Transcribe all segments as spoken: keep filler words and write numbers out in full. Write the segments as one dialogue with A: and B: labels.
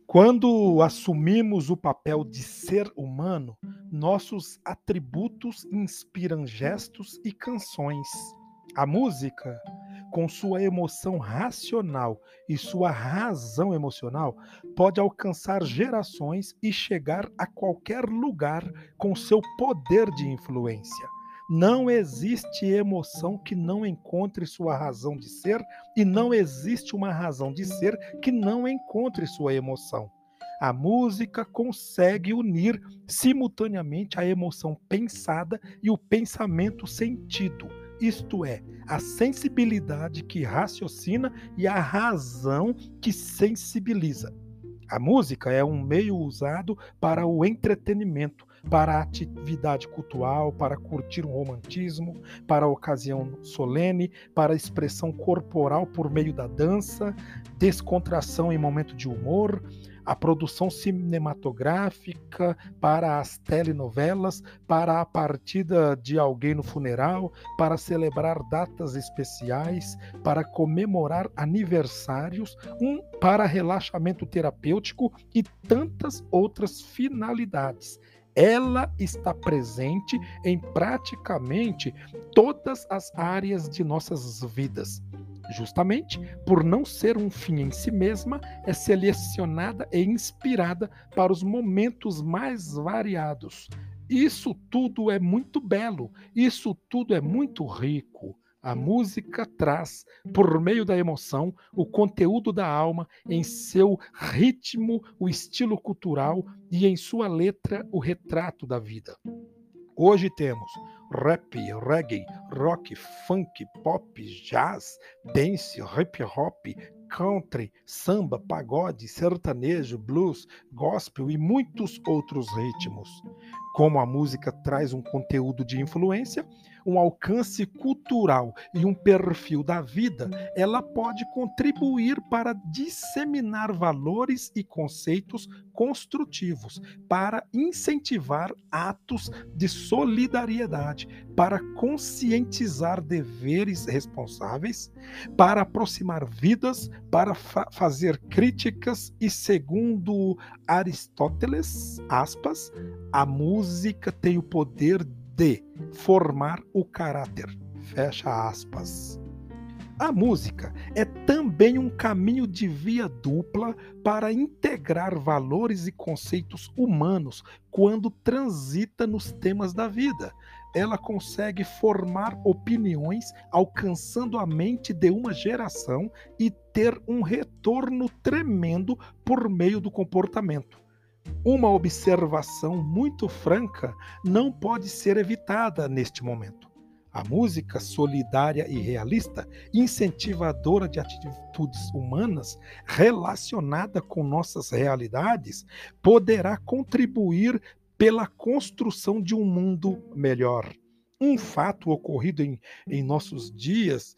A: Quando assumimos o papel de ser humano, nossos atributos inspiram gestos e canções. A música, com sua emoção racional e sua razão emocional, pode alcançar gerações e chegar a qualquer lugar com seu poder de influência. Não existe emoção que não encontre sua razão de ser, e não existe uma razão de ser que não encontre sua emoção. A música consegue unir simultaneamente a emoção pensada e o pensamento sentido, isto é, a sensibilidade que raciocina e a razão que sensibiliza. A música é um meio usado para o entretenimento, para a atividade cultural, para curtir um romantismo, para a ocasião solene, para a expressão corporal por meio da dança, descontração em momento de humor, a produção cinematográfica, para as telenovelas, para a partida de alguém no funeral, para celebrar datas especiais, para comemorar aniversários, um para relaxamento terapêutico e tantas outras finalidades. Ela está presente em praticamente todas as áreas de nossas vidas. Justamente por não ser um fim em si mesma, é selecionada e inspirada para os momentos mais variados. Isso tudo é muito belo, isso tudo é muito rico. A música traz, por meio da emoção, o conteúdo da alma, em seu ritmo, o estilo cultural e em sua letra, o retrato da vida. Hoje temos rap, reggae, rock, funk, pop, jazz, dance, hip hop, country, samba, pagode, sertanejo, blues, gospel e muitos outros ritmos. Como a música traz um conteúdo de influência, um alcance cultural e um perfil da vida, ela pode contribuir para disseminar valores e conceitos construtivos, para incentivar atos de solidariedade, para conscientizar deveres responsáveis, para aproximar vidas, para fa- fazer críticas e, segundo Aristóteles, aspas, a música tem o poder de formar o caráter, fecha aspas. A música é também um caminho de via dupla para integrar valores e conceitos humanos quando transita nos temas da vida. Ela consegue formar opiniões, alcançando a mente de uma geração e ter um retorno tremendo por meio do comportamento. Uma observação muito franca não pode ser evitada neste momento. A música solidária e realista, incentivadora de atitudes humanas relacionada com nossas realidades, poderá contribuir pela construção de um mundo melhor. Um fato ocorrido em, em nossos dias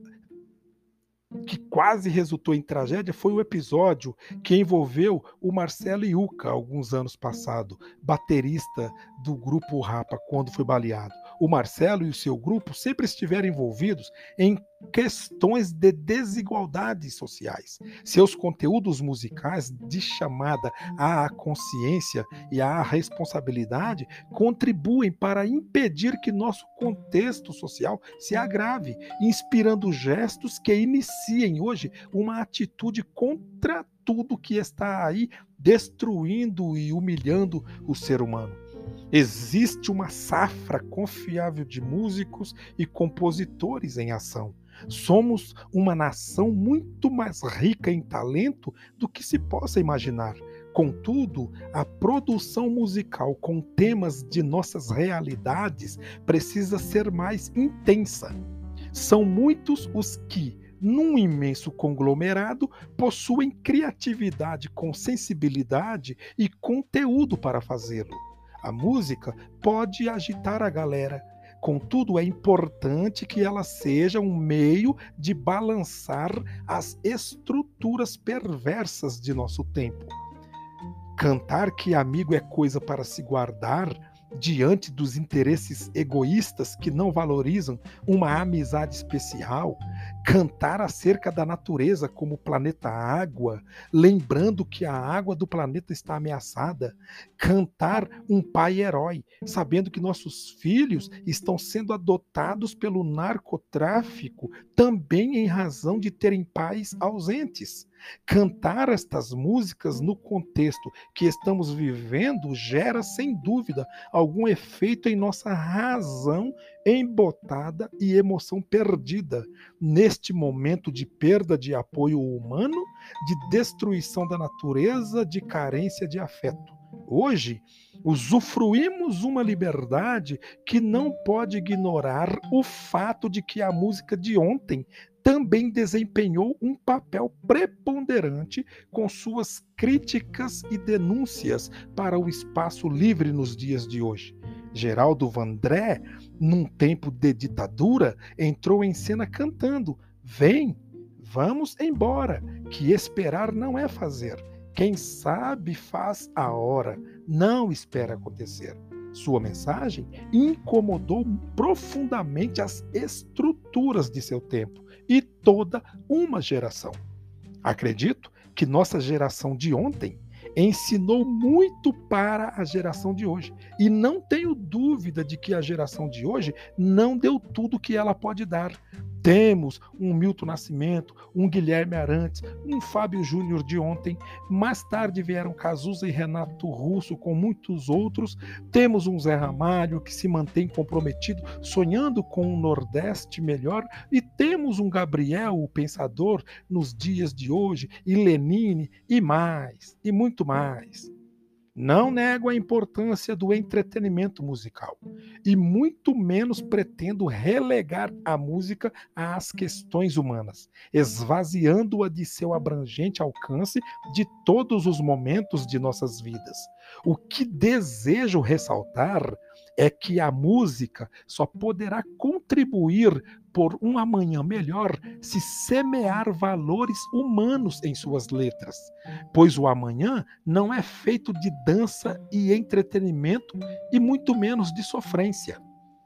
A: que quase resultou em tragédia foi o episódio que envolveu o Marcelo Iuca, alguns anos passado, baterista do grupo Rapa, quando foi baleado. O Marcelo e o seu grupo sempre estiveram envolvidos em questões de desigualdades sociais. Seus conteúdos musicais de chamada à consciência e à responsabilidade contribuem para impedir que nosso contexto social se agrave, inspirando gestos que iniciem hoje uma atitude contra tudo que está aí destruindo e humilhando o ser humano. Existe uma safra confiável de músicos e compositores em ação. Somos uma nação muito mais rica em talento do que se possa imaginar. Contudo, a produção musical com temas de nossas realidades precisa ser mais intensa. São muitos os que, num imenso conglomerado, possuem criatividade com sensibilidade e conteúdo para fazê-lo. A música pode agitar a galera, contudo, é importante que ela seja um meio de balançar as estruturas perversas de nosso tempo. Cantar que amigo é coisa para se guardar diante dos interesses egoístas que não valorizam uma amizade especial, cantar acerca da natureza como o planeta Água, lembrando que a água do planeta está ameaçada, cantar um pai herói, sabendo que nossos filhos estão sendo adotados pelo narcotráfico, também em razão de terem pais ausentes. Cantar estas músicas no contexto que estamos vivendo gera, sem dúvida, algum efeito em nossa razão embotada e emoção perdida, neste momento de perda de apoio humano, de destruição da natureza, de carência de afeto. Hoje, usufruímos uma liberdade que não pode ignorar o fato de que a música de ontem também desempenhou um papel preponderante com suas críticas e denúncias para o espaço livre nos dias de hoje. Geraldo Vandré, num tempo de ditadura, entrou em cena cantando: "Vem, vamos embora, que esperar não é fazer. Quem sabe faz a hora, não espera acontecer." Sua mensagem incomodou profundamente as estruturas de seu tempo e toda uma geração. Acredito que nossa geração de ontem ensinou muito para a geração de hoje. E não tenho dúvida de que a geração de hoje não deu tudo que ela pode dar. Temos um Milton Nascimento, um Guilherme Arantes, um Fábio Júnior de ontem. Mais tarde vieram Cazuza e Renato Russo, com muitos outros. Temos um Zé Ramalho que se mantém comprometido, sonhando com um Nordeste melhor. E temos um Gabriel, o pensador, nos dias de hoje, e Lenine, e mais, e muito mais. Não nego a importância do entretenimento musical e muito menos pretendo relegar a música às questões humanas, esvaziando-a de seu abrangente alcance de todos os momentos de nossas vidas. O que desejo ressaltar é que a música só poderá contribuir por um amanhã melhor se semear valores humanos em suas letras, pois o amanhã não é feito de dança e entretenimento e muito menos de sofrência.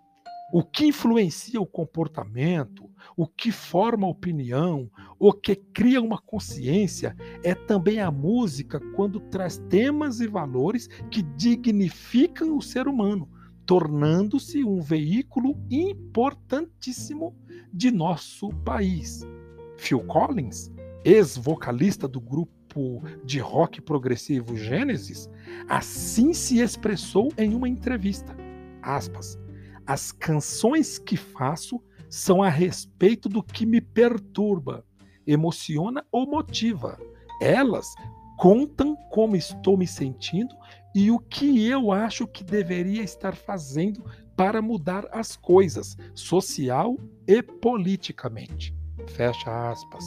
A: O que influencia o comportamento, o que forma a opinião, o que cria uma consciência é também a música quando traz temas e valores que dignificam o ser humano, tornando-se um veículo importantíssimo de nosso país. Phil Collins, ex-vocalista do grupo de rock progressivo Gênesis, assim se expressou em uma entrevista. Aspas, "As canções que faço são a respeito do que me perturba, emociona ou motiva. Elas contam como estou me sentindo e o que eu acho que deveria estar fazendo para mudar as coisas, social e politicamente." Fecha aspas.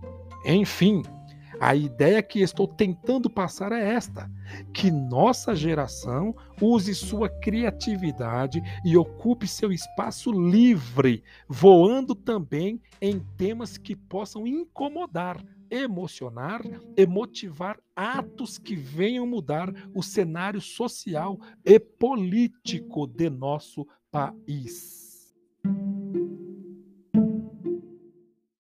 A: Enfim, a ideia que estou tentando passar é esta: que nossa geração use sua criatividade e ocupe seu espaço livre, voando também em temas que possam incomodar, emocionar e motivar atos que venham mudar o cenário social e político de nosso país.